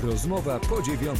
Rozmowa po 9.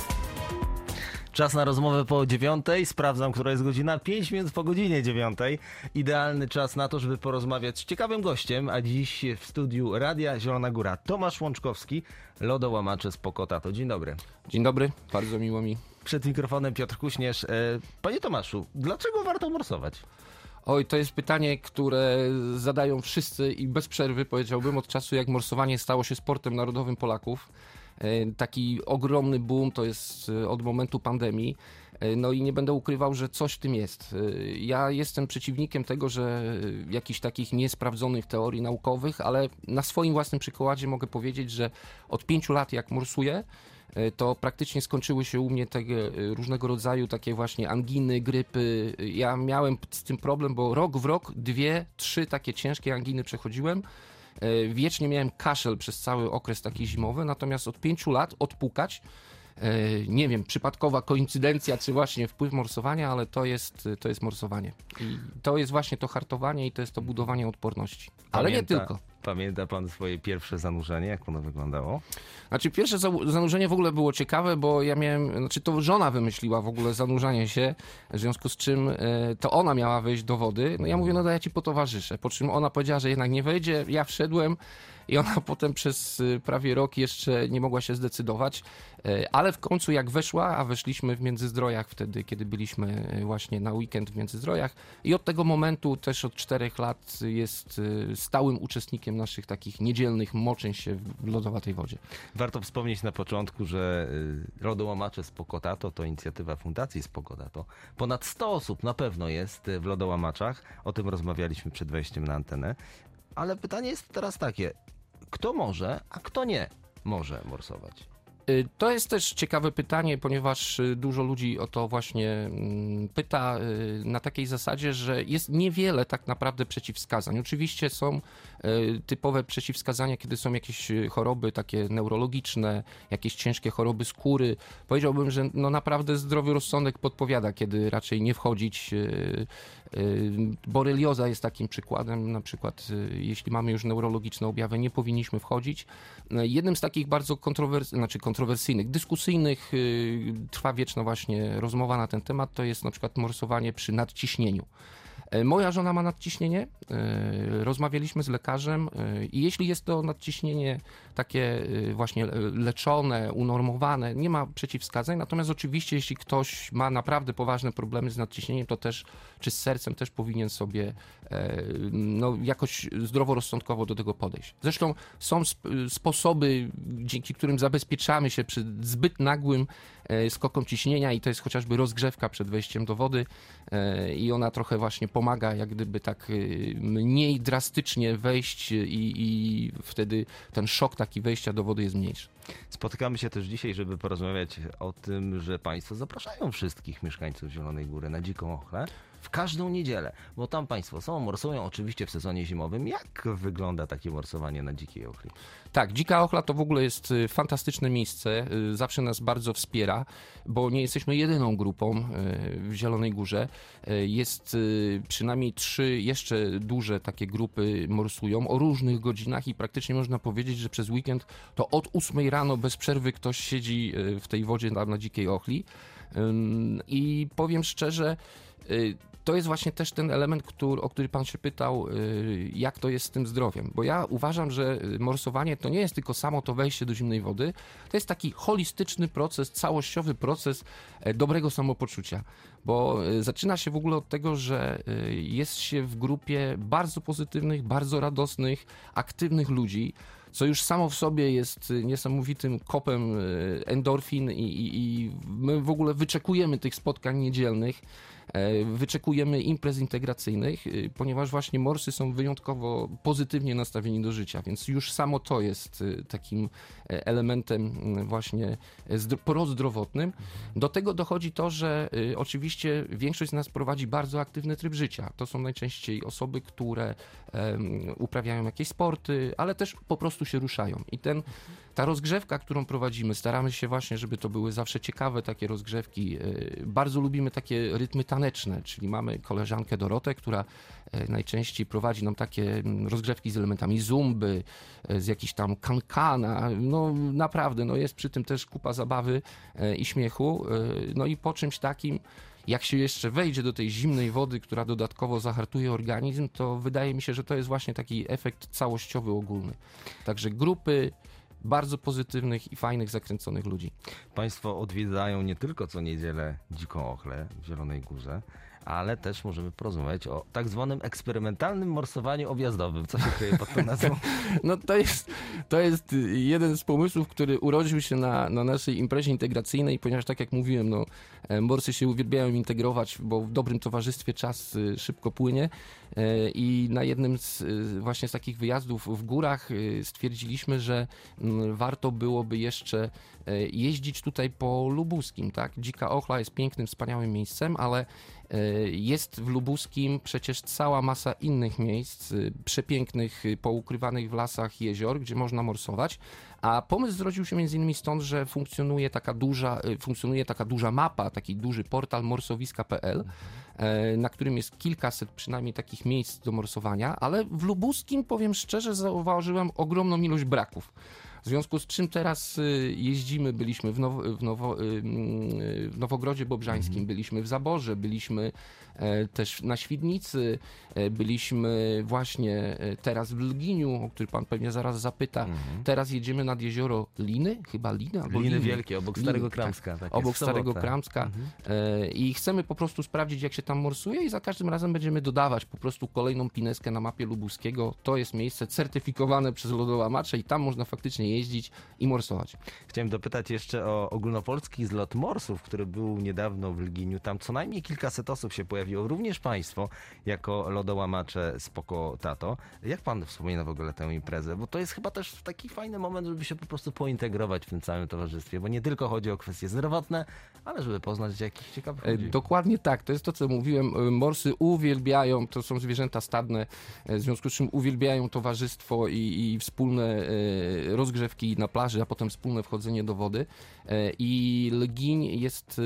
Czas na rozmowę po 9. Sprawdzam, która jest godzina. 5 minut po godzinie 9. Idealny czas na to, żeby porozmawiać z ciekawym gościem, a dziś w studiu Radia Zielona Góra Tomasz Łączkowski, lodołamacze z Pokotato. Dzień dobry. Dzień dobry, bardzo miło mi. Przed mikrofonem Piotr Kuśnierz. Panie Tomaszu, dlaczego warto morsować? Oj, to jest pytanie, które zadają wszyscy i bez przerwy, powiedziałbym, od czasu jak morsowanie stało się sportem narodowym Polaków. Taki ogromny boom to jest od momentu pandemii. No i nie będę ukrywał, że coś w tym jest. Ja jestem przeciwnikiem tego, że jakichś takich niesprawdzonych teorii naukowych, ale na swoim własnym przykładzie mogę powiedzieć, że od 5 lat jak morsuję, to praktycznie skończyły się u mnie te różnego rodzaju takie właśnie anginy, grypy. Ja miałem z tym problem, bo rok w rok 2, 3 takie ciężkie anginy przechodziłem. Wiecznie miałem kaszel przez cały okres taki zimowy, natomiast od 5 lat odpukać, nie wiem, przypadkowa koincydencja, czy właśnie wpływ morsowania, ale to jest morsowanie. I to jest właśnie to hartowanie i to jest to budowanie odporności. Ale nie tylko. Pamięta pan swoje pierwsze zanurzenie? Jak ono wyglądało? Znaczy pierwsze zanurzenie w ogóle było ciekawe, bo ja miałem, to żona wymyśliła w ogóle zanurzanie się, w związku z czym to ona miała wejść do wody. No ja mówię, no ja ci potowarzyszę. Po czym ona powiedziała, że jednak nie wejdzie, ja wszedłem i ona potem przez prawie rok jeszcze nie mogła się zdecydować, ale w końcu jak weszła, a weszliśmy w Międzyzdrojach wtedy, kiedy byliśmy właśnie na weekend w Międzyzdrojach i od tego momentu też od 4 lat jest stałym uczestnikiem naszych takich niedzielnych moczeń się w lodowatej wodzie. Warto wspomnieć na początku, że lodołamacze z Pokotato to inicjatywa Fundacji z Pokotato. Ponad 100 osób na pewno jest w lodołamaczach. O tym rozmawialiśmy przed wejściem na antenę. Ale pytanie jest teraz takie, kto może, a kto nie może morsować? To jest też ciekawe pytanie, ponieważ dużo ludzi o to właśnie pyta na takiej zasadzie, że jest niewiele tak naprawdę przeciwwskazań. Oczywiście są typowe przeciwwskazania, kiedy są jakieś choroby takie neurologiczne, jakieś ciężkie choroby skóry. Powiedziałbym, że no naprawdę zdrowy rozsądek podpowiada, kiedy raczej nie wchodzić. Borelioza jest takim przykładem, na przykład jeśli mamy już neurologiczne objawy, nie powinniśmy wchodzić. Jednym z takich bardzo kontrowersyjnych, dyskusyjnych, trwa wieczna właśnie rozmowa na ten temat, to jest na przykład morsowanie przy nadciśnieniu. Moja żona ma nadciśnienie, rozmawialiśmy z lekarzem i jeśli jest to nadciśnienie takie właśnie leczone, unormowane, nie ma przeciwwskazań, natomiast oczywiście jeśli ktoś ma naprawdę poważne problemy z nadciśnieniem, to też, czy z sercem też powinien sobie jakoś zdroworozsądkowo do tego podejść. Zresztą są sposoby, dzięki którym zabezpieczamy się przed zbyt nagłym skokom ciśnienia i to jest chociażby rozgrzewka przed wejściem do wody i ona trochę właśnie pomaga jak gdyby tak mniej drastycznie wejść i wtedy ten szok taki wejścia do wody jest mniejszy. Spotykamy się też dzisiaj, żeby porozmawiać o tym, że państwo zapraszają wszystkich mieszkańców Zielonej Góry na Dziką Ochlę w każdą niedzielę, bo tam państwo są, morsują oczywiście w sezonie zimowym. Jak wygląda takie morsowanie na Dzikiej Ochli? Tak, Dzika Ochla to w ogóle jest fantastyczne miejsce, zawsze nas bardzo wspiera, bo nie jesteśmy jedyną grupą w Zielonej Górze. Jest przynajmniej 3 jeszcze duże takie grupy morsują o różnych godzinach i praktycznie można powiedzieć, że przez weekend to od 8 rano bez przerwy ktoś siedzi w tej wodzie na Dzikiej Ochli. I powiem szczerze, to jest właśnie też ten element, o który pan się pytał, jak to jest z tym zdrowiem. Bo ja uważam, że morsowanie to nie jest tylko samo to wejście do zimnej wody, to jest taki holistyczny proces, całościowy proces dobrego samopoczucia. Bo zaczyna się w ogóle od tego, że jest się w grupie bardzo pozytywnych, bardzo radosnych, aktywnych ludzi, co już samo w sobie jest niesamowitym kopem endorfin i my w ogóle wyczekujemy tych spotkań niedzielnych, wyczekujemy imprez integracyjnych, ponieważ właśnie morsy są wyjątkowo pozytywnie nastawieni do życia, więc już samo to jest takim elementem właśnie prozdrowotnym. Do tego dochodzi to, że oczywiście większość z nas prowadzi bardzo aktywny tryb życia. To są najczęściej osoby, które uprawiają jakieś sporty, ale też po prostu się ruszają. I Ta rozgrzewka, którą prowadzimy, staramy się właśnie, żeby to były zawsze ciekawe takie rozgrzewki. Bardzo lubimy takie rytmy taneczne, czyli mamy koleżankę Dorotę, która najczęściej prowadzi nam takie rozgrzewki z elementami zumby, z jakichś tam kankana. No naprawdę, no jest przy tym też kupa zabawy i śmiechu. No i po czymś takim, jak się jeszcze wejdzie do tej zimnej wody, która dodatkowo zahartuje organizm, to wydaje mi się, że to jest właśnie taki efekt całościowy, ogólny. Także grupy bardzo pozytywnych i fajnych, zakręconych ludzi. Państwo odwiedzają nie tylko co niedzielę Dziką Ochlę w Zielonej Górze, ale też możemy porozmawiać o tak zwanym eksperymentalnym morsowaniu objazdowym. Co się kryje pod tą nazwą? No to jest jeden z pomysłów, który urodził się na naszej imprezie integracyjnej, ponieważ tak jak mówiłem, no, morsy się uwielbiają integrować, bo w dobrym towarzystwie czas szybko płynie i na jednym właśnie z takich wyjazdów w górach stwierdziliśmy, że warto byłoby jeszcze jeździć tutaj po Lubuskim, tak? Dzika Ochla jest pięknym, wspaniałym miejscem, ale jest w Lubuskim przecież cała masa innych miejsc, przepięknych, poukrywanych w lasach jezior, gdzie można morsować, a pomysł zrodził się między innymi stąd, że funkcjonuje taka duża mapa, taki duży portal morsowiska.pl, na którym jest kilkaset przynajmniej takich miejsc do morsowania, ale w Lubuskim, powiem szczerze, zauważyłem ogromną ilość braków. W związku z czym teraz jeździmy, byliśmy w Nowogrodzie Bobrzańskim, byliśmy w Zaborze, byliśmy też na Świdnicy, byliśmy właśnie teraz w Lginiu, o który pan pewnie zaraz zapyta. Teraz jedziemy nad jezioro Liny, chyba Liny albo Liny Wielkie, obok Starego Kramska. Tak, obok Starego Kramska i chcemy po prostu sprawdzić, jak się tam morsuje i za każdym razem będziemy dodawać po prostu kolejną pineskę na mapie lubuskiego. To jest miejsce certyfikowane przez lodołamacze i tam można faktycznie jeździć i morsować. Chciałem dopytać jeszcze o ogólnopolski zlot morsów, który był niedawno w Lginiu. Tam co najmniej kilkaset osób się pojawiło, również państwo, jako lodołamacze Spoko Tato. Jak pan wspomina w ogóle tę imprezę? Bo to jest chyba też taki fajny moment, żeby się po prostu pointegrować w tym całym towarzystwie, bo nie tylko chodzi o kwestie zdrowotne, ale żeby poznać jakichś ciekawych ludzi. Dokładnie tak, to jest to, co mówiłem. Morsy uwielbiają, to są zwierzęta stadne, w związku z czym uwielbiają towarzystwo i wspólne rozgrzewki na plaży, a potem wspólne wchodzenie do wody. I Lgiń jest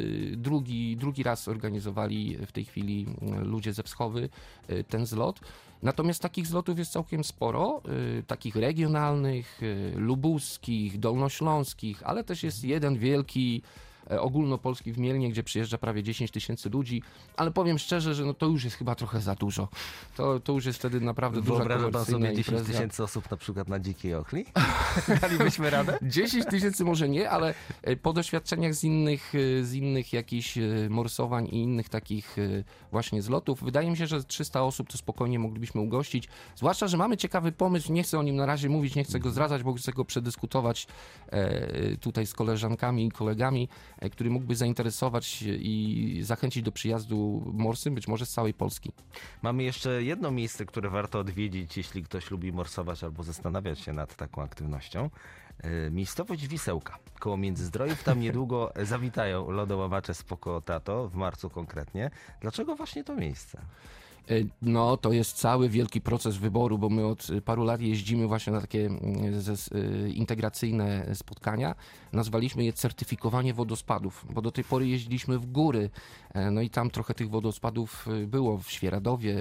drugi raz organizowali w tej chwili ludzie ze Wschowy ten zlot. Natomiast takich zlotów jest całkiem sporo, takich regionalnych, lubuskich, dolnośląskich, ale też jest jeden wielki ogólnopolski w Mielnie, gdzie przyjeżdża prawie 10 000 ludzi, ale powiem szczerze, że no to już jest chyba trochę za dużo. To już jest wtedy naprawdę duża Wyobraża pan sobie 10 impreza. 000 osób na przykład na Dzikiej Ochli? Dalibyśmy radę? 10 000 może nie, ale po doświadczeniach z innych jakichś morsowań i innych takich właśnie zlotów, wydaje mi się, że 300 osób to spokojnie moglibyśmy ugościć. Zwłaszcza, że mamy ciekawy pomysł, nie chcę o nim na razie mówić, nie chcę go zdradzać, bo chcę go przedyskutować tutaj z koleżankami i kolegami, który mógłby zainteresować i zachęcić do przyjazdu morsy, być może z całej Polski. Mamy jeszcze jedno miejsce, które warto odwiedzić, jeśli ktoś lubi morsować albo zastanawiać się nad taką aktywnością. Miejscowość Wisełka, koło Międzyzdrojów. Tam niedługo zawitają lodołamacze Spoko Tato, w marcu konkretnie. Dlaczego właśnie to miejsce? No, to jest cały wielki proces wyboru, bo my od paru lat jeździmy właśnie na takie integracyjne spotkania. Nazwaliśmy je certyfikowanie wodospadów, bo do tej pory jeździliśmy w góry. No i tam trochę tych wodospadów było w Świeradowie,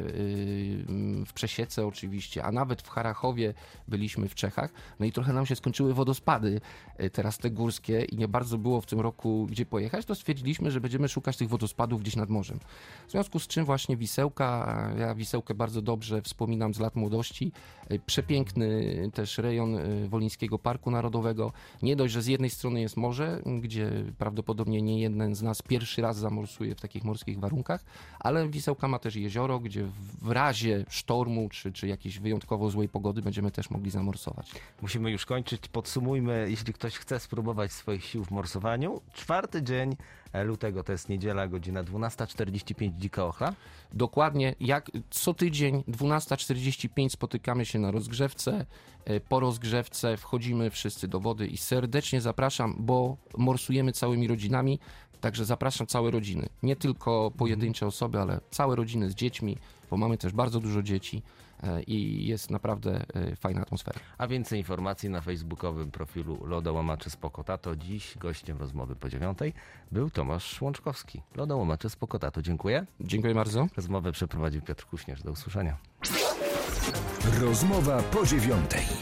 w Przesiece oczywiście, a nawet w Harachowie byliśmy w Czechach. No i trochę nam się skończyły wodospady teraz te górskie i nie bardzo było w tym roku gdzie pojechać, to stwierdziliśmy, że będziemy szukać tych wodospadów gdzieś nad morzem. W związku z czym właśnie Wisełka, ja Wisełkę bardzo dobrze wspominam z lat młodości. Przepiękny też rejon Wolińskiego Parku Narodowego. Nie dość, że z jednej strony jest morze, gdzie prawdopodobnie nie jeden z nas pierwszy raz zamorsuje w takich morskich warunkach, ale Wisełka ma też jezioro, gdzie w razie sztormu czy jakiejś wyjątkowo złej pogody będziemy też mogli zamorsować. Musimy już kończyć. Podsumujmy, jeśli ktoś chce spróbować swoich sił w morsowaniu. 4 dzień lutego, to jest niedziela, godzina 12:45, Dzika Ochla. Dokładnie, jak co tydzień 12:45 spotykamy się na rozgrzewce. Po rozgrzewce wchodzimy wszyscy do wody i serdecznie zapraszam, bo morsujemy całymi rodzinami, także zapraszam całe rodziny. Nie tylko pojedyncze osoby, ale całe rodziny z dziećmi, bo mamy też bardzo dużo dzieci. i jest naprawdę fajna atmosfera. A więcej informacji na facebookowym profilu Lodołamacze z Pokotato. Dziś gościem rozmowy po 9:00 był Tomasz Łączkowski. Lodołamacze z Pokotato. Dziękuję. Dziękuję bardzo. Rozmowę przeprowadził Piotr Kuśnierz. Do usłyszenia. Rozmowa po 9:00.